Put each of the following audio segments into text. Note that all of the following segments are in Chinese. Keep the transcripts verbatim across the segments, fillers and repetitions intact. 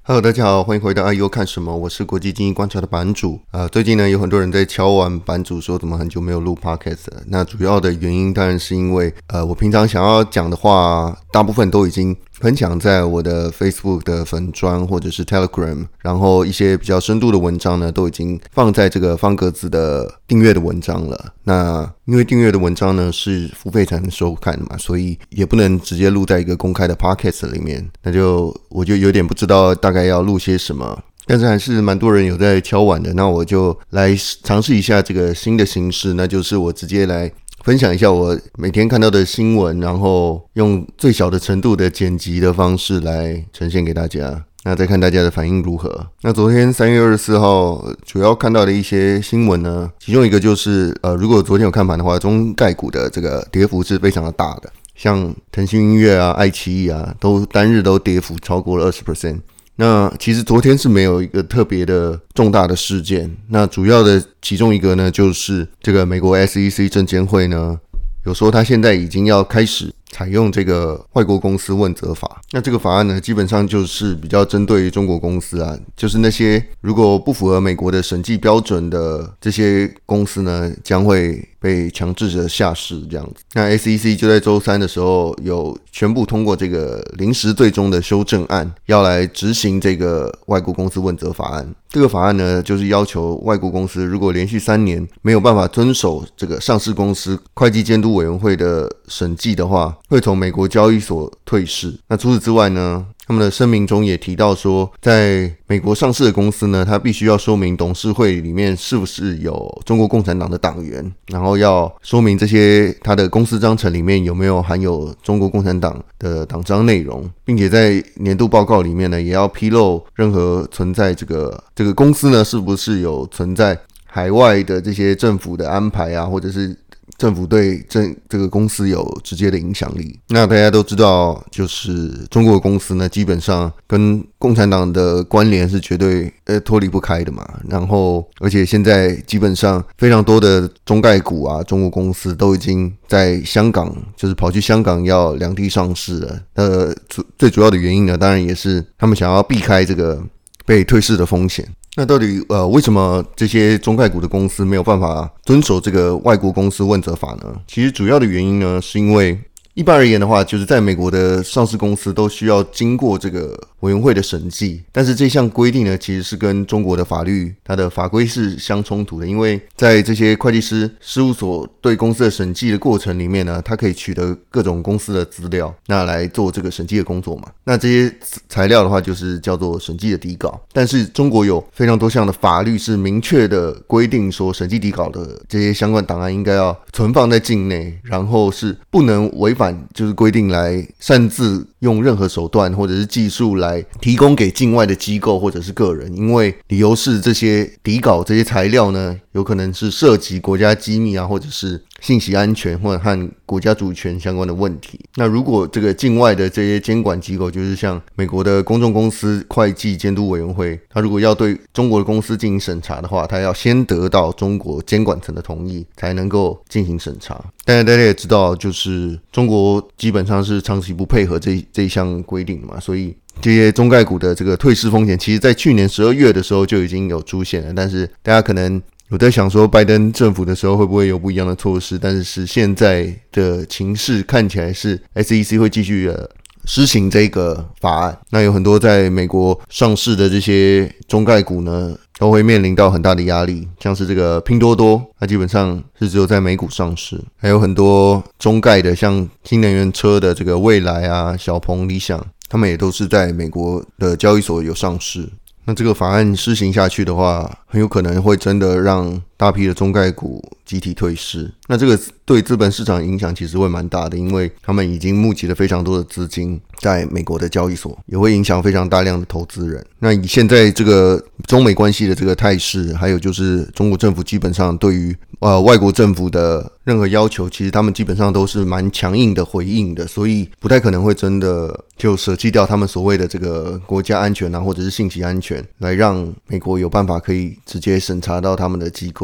Hello， 大家好，欢迎回到 I E O 看什么，我是国际经济观察的版主。呃，最近呢，有很多人在敲碗版主说怎么很久没有录 Podcast 了。那主要的原因当然是因为，呃，我平常想要讲的话，大部分都已经分享在我的 Facebook 的粉专或者是 Telegram， 然后一些比较深度的文章呢，都已经放在这个方格子的订阅的文章了。那因为订阅的文章呢是付费才能收看的嘛，所以也不能直接录在一个公开的 Podcast 里面，那就我就有点不知道大概要录些什么。但是还是蛮多人有在敲碗的，那我就来尝试一下这个新的形式，那就是我直接来分享一下我每天看到的新闻，然后用最小的程度的剪辑的方式来呈现给大家，那再看大家的反应如何。那昨天三月二十四号主要看到的一些新闻呢，其中一个就是呃，如果昨天有看盘的话，中概股的这个跌幅是非常的大的，像腾讯音乐啊、爱奇艺啊，都单日都跌幅超过了 百分之二十。那其实昨天是没有一个特别的重大的事件，那主要的其中一个呢，就是这个美国 S E C 证监会呢，有说他现在已经要开始采用这个外国公司问责法。那这个法案呢，基本上就是比较针对中国公司啊，就是那些如果不符合美国的审计标准的这些公司呢，将会被强制的下市这样子。那 S E C 就在周三的时候有全部通过这个临时最终的修正案，要来执行这个外国公司问责法案。这个法案呢，就是要求外国公司如果连续三年没有办法遵守这个上市公司会计监督委员会的审计的话，会从美国交易所退市。那除此之外呢，他们的声明中也提到说，在美国上市的公司呢，它必须要说明董事会里面是不是有中国共产党的党员，然后要说明这些它的公司章程里面有没有含有中国共产党的党章内容，并且在年度报告里面呢，也要披露任何存在这个这个公司呢是不是有存在海外的这些政府的安排啊，或者是政府对这这个公司有直接的影响力。那大家都知道，就是中国的公司呢，基本上跟共产党的关联是绝对呃脱离不开的嘛。然后，而且现在基本上非常多的中概股啊，中国公司都已经在香港，就是跑去香港要两地上市了。呃，最主要的原因呢，当然也是他们想要避开这个被退市的风险。那到底呃为什么这些中概股的公司没有办法遵守这个外国公司问责法呢？其实主要的原因呢，是因为一般而言的话，就是在美国的上市公司都需要经过这个委员会的审计，但是这项规定呢，其实是跟中国的法律它的法规是相冲突的。因为在这些会计师事务所对公司的审计的过程里面呢，它可以取得各种公司的资料，那来做这个审计的工作嘛。那这些材料的话，就是叫做审计的底稿。但是中国有非常多项的法律是明确的规定说，审计底稿的这些相关档案应该要存放在境内，然后是不能违反就是规定来擅自用任何手段或者是技术来提供给境外的机构或者是个人，因为理由是这些底稿这些材料呢，有可能是涉及国家机密啊，或者是信息安全或者和国家主权相关的问题。那如果这个境外的这些监管机构，就是像美国的公众公司会计监督委员会，他如果要对中国的公司进行审查的话，他要先得到中国监管层的同意才能够进行审查。但是大家也知道，就是中国基本上是长期不配合这这一项规定嘛，所以这些中概股的这个退市风险，其实在去年十二月的时候就已经有出现了。但是大家可能有在想说，拜登政府的时候会不会有不一样的措施？但是是现在的情势看起来是 S E C 会继续呃施行这个法案。那有很多在美国上市的这些中概股呢，都会面临到很大的压力，像是这个拼多多，它基本上是只有在美股上市，还有很多中概的，像新能源车的这个蔚来啊、小鹏、理想，他们也都是在美国的交易所有上市。那这个法案施行下去的话，很有可能会真的让大批的中概股集体退市。那这个对资本市场影响其实会蛮大的，因为他们已经募集了非常多的资金在美国的交易所，也会影响非常大量的投资人。那以现在这个中美关系的这个态势，还有就是中国政府基本上对于呃外国政府的任何要求，其实他们基本上都是蛮强硬的回应的，所以不太可能会真的就舍弃掉他们所谓的这个国家安全啊，或者是信息安全，来让美国有办法可以直接审查到他们的机构。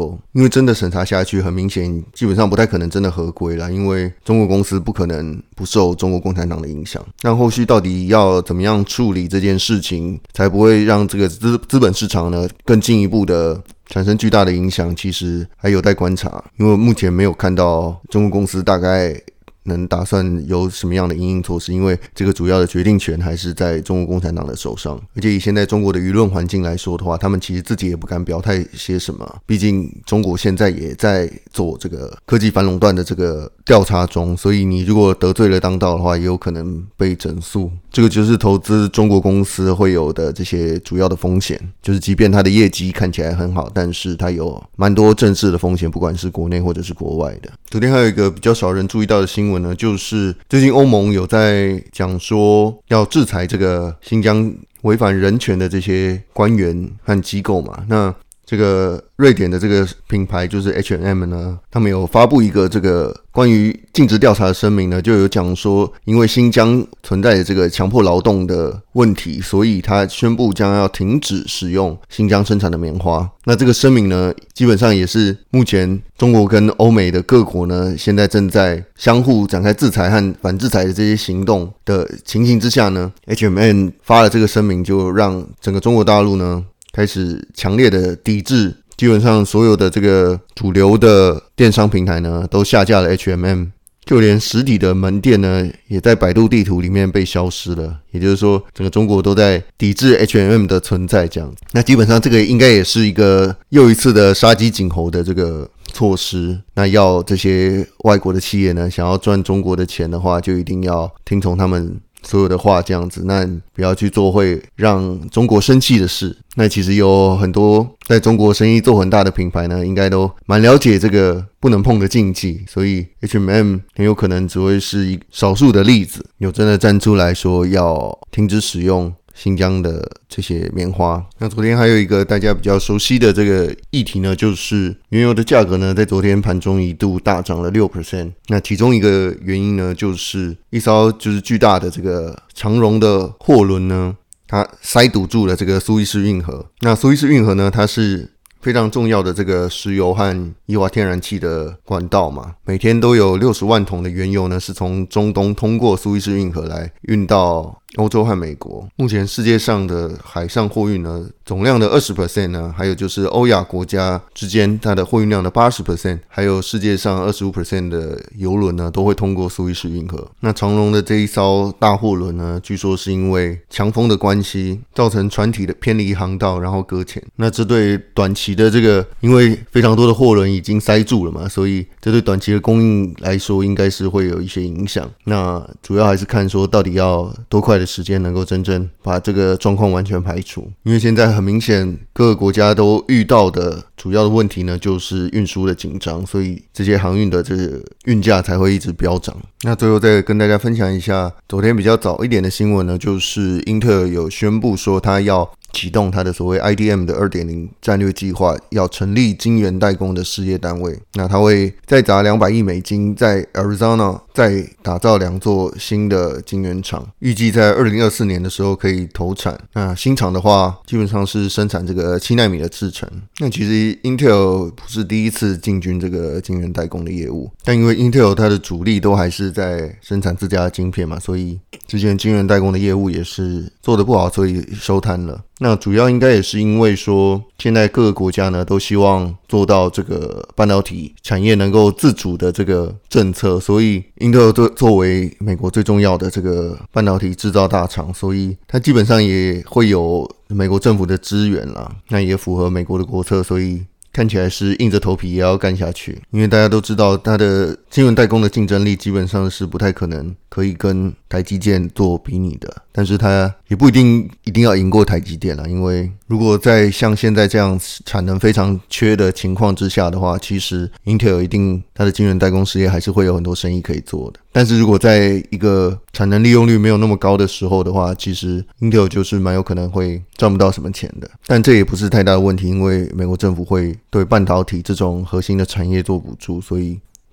后，因为真的审查下去，很明显基本上不太可能真的合规啦，因为中国公司不可能不受中国共产党的影响。那后续到底要怎么样处理这件事情，才不会让这个资资本市场呢更进一步的产生巨大的影响，其实还有待观察，因为目前没有看到中国公司大概能打算有什么样的因应措施，因为这个主要的决定权还是在中国共产党的手上。而且以现在中国的舆论环境来说的话，他们其实自己也不敢表态些什么，毕竟中国现在也在做这个科技反垄断的这个调查中，所以你如果得罪了当道的话，也有可能被整肃。这个就是投资中国公司会有的这些主要的风险，就是即便它的业绩看起来很好，但是它有蛮多政治的风险，不管是国内或者是国外的。昨天还有一个比较少人注意到的新闻呢，就是最近欧盟有在讲说要制裁这个新疆违反人权的这些官员和机构嘛。那这个瑞典的这个品牌就是 H and M 呢，他们有发布一个这个关于禁止调查的声明呢，就有讲说，因为新疆存在的这个强迫劳动的问题，所以他宣布将要停止使用新疆生产的棉花。那这个声明呢，基本上也是目前中国跟欧美的各国呢，现在正在相互展开制裁和反制裁的这些行动的情形之下呢 ，H and M 发了这个声明，就让整个中国大陆呢开始强烈的抵制，基本上所有的这个主流的电商平台呢都下架了 H and M， 就连实体的门店呢也在百度地图里面被消失了。也就是说，整个中国都在抵制 H and M 的存在这样。那基本上这个应该也是一个又一次的杀鸡儆猴的这个措施。那要这些外国的企业呢想要赚中国的钱的话，就一定要听从他们所有的话这样子，那不要去做会让中国生气的事。那其实有很多在中国生意做很大的品牌呢，应该都蛮了解这个不能碰的禁忌，所以 H and M 很有可能只会是一少数的例子，有真的站出来说要停止使用新疆的这些棉花。那昨天还有一个大家比较熟悉的这个议题呢，就是原油的价格呢在昨天盘中一度大涨了 百分之六。 那其中一个原因呢，就是一艘就是巨大的这个长荣的货轮呢，它塞堵住了这个苏伊士运河。那苏伊士运河呢，它是非常重要的这个石油和液化天然气的管道嘛，每天都有六十万桶的原油呢是从中东通过苏伊士运河来运到欧洲和美国。目前世界上的海上货运呢，总量的 百分之二十 呢，还有就是欧亚国家之间它的货运量的 百分之八十， 还有世界上 百分之二十五 的油轮呢，都会通过苏伊士运河。那长荣的这一艘大货轮呢，据说是因为强风的关系，造成船体的偏离航道，然后搁浅。那这对短期的这个，因为非常多的货轮已经塞住了嘛，所以这对短期的供应来说，应该是会有一些影响。那主要还是看说到底要多快的时间能够真正把这个状况完全排除。因为现在很明显各个国家都遇到的主要的问题呢，就是运输的紧张，所以这些航运的这个运价才会一直飙涨。那最后再跟大家分享一下昨天比较早一点的新闻呢，就是英特尔有宣布说他要启动它的所谓 I D M 的 二点零 战略计划，要成立晶圆代工的事业单位。那它会再砸两百亿美金在 Arizona 再打造两座新的晶圆厂，预计在二零二四年的时候可以投产。那新厂的话基本上是生产这个七奈米的制程。那其实 Intel 不是第一次进军这个晶圆代工的业务，但因为 Intel 它的主力都还是在生产自家的晶片嘛，所以之前晶圆代工的业务也是做得不好，所以收摊了。那主要应该也是因为说，现在各个国家呢都希望做到这个半导体产业能够自主的这个政策，所以英特尔作为美国最重要的这个半导体制造大厂，所以它基本上也会有美国政府的支援啦，那也符合美国的国策，所以看起来是硬着头皮也要干下去。因为大家都知道它的晶圆代工的竞争力基本上是不太可能可以跟台积电做比拟的，但是它也不一定一定要赢过台积电啦，因为如果在像现在这样产能非常缺的情况之下的话，其实 Intel 一定它的晶圆代工事业还是会有很多生意可以做的。但是如果在一个产能利用率没有那么高的时候的话，其实 Intel 就是蛮有可能会赚不到什么钱的。但这也不是太大的问题，因为美国政府会对半导体这种核心的产业做补助，所以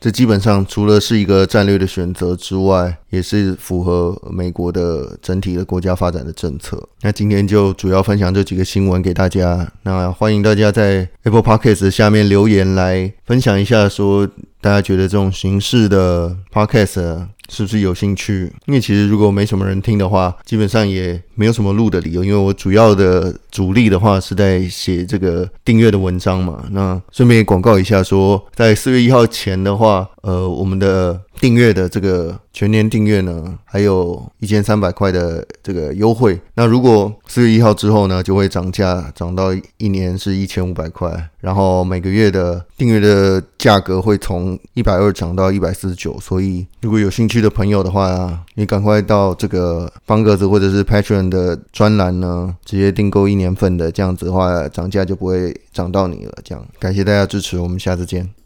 这基本上除了是一个战略的选择之外，也是符合美国的整体的国家发展的政策。那今天就主要分享这几个新闻给大家，那欢迎大家在 Apple Podcast 下面留言来分享一下，说大家觉得这种形式的 Podcast是不是有兴趣？因为其实如果没什么人听的话，基本上也没有什么录的理由，因为我主要的主力的话是在写这个订阅的文章嘛。那顺便也广告一下说，在四月一号前的话，呃，我们的订阅的这个全年订阅呢，还有一千三百块的这个优惠。那如果四月一号之后呢，就会涨价，涨到一年是一千五百块，然后每个月的订阅的价格会从一百二十涨到一百四十九。所以如果有兴趣的朋友的话，你赶快到这个方格子或者是 Patreon 的专栏呢，直接订购一年份的，这样子的话涨价就不会涨到你了。这样，感谢大家支持，我们下次见。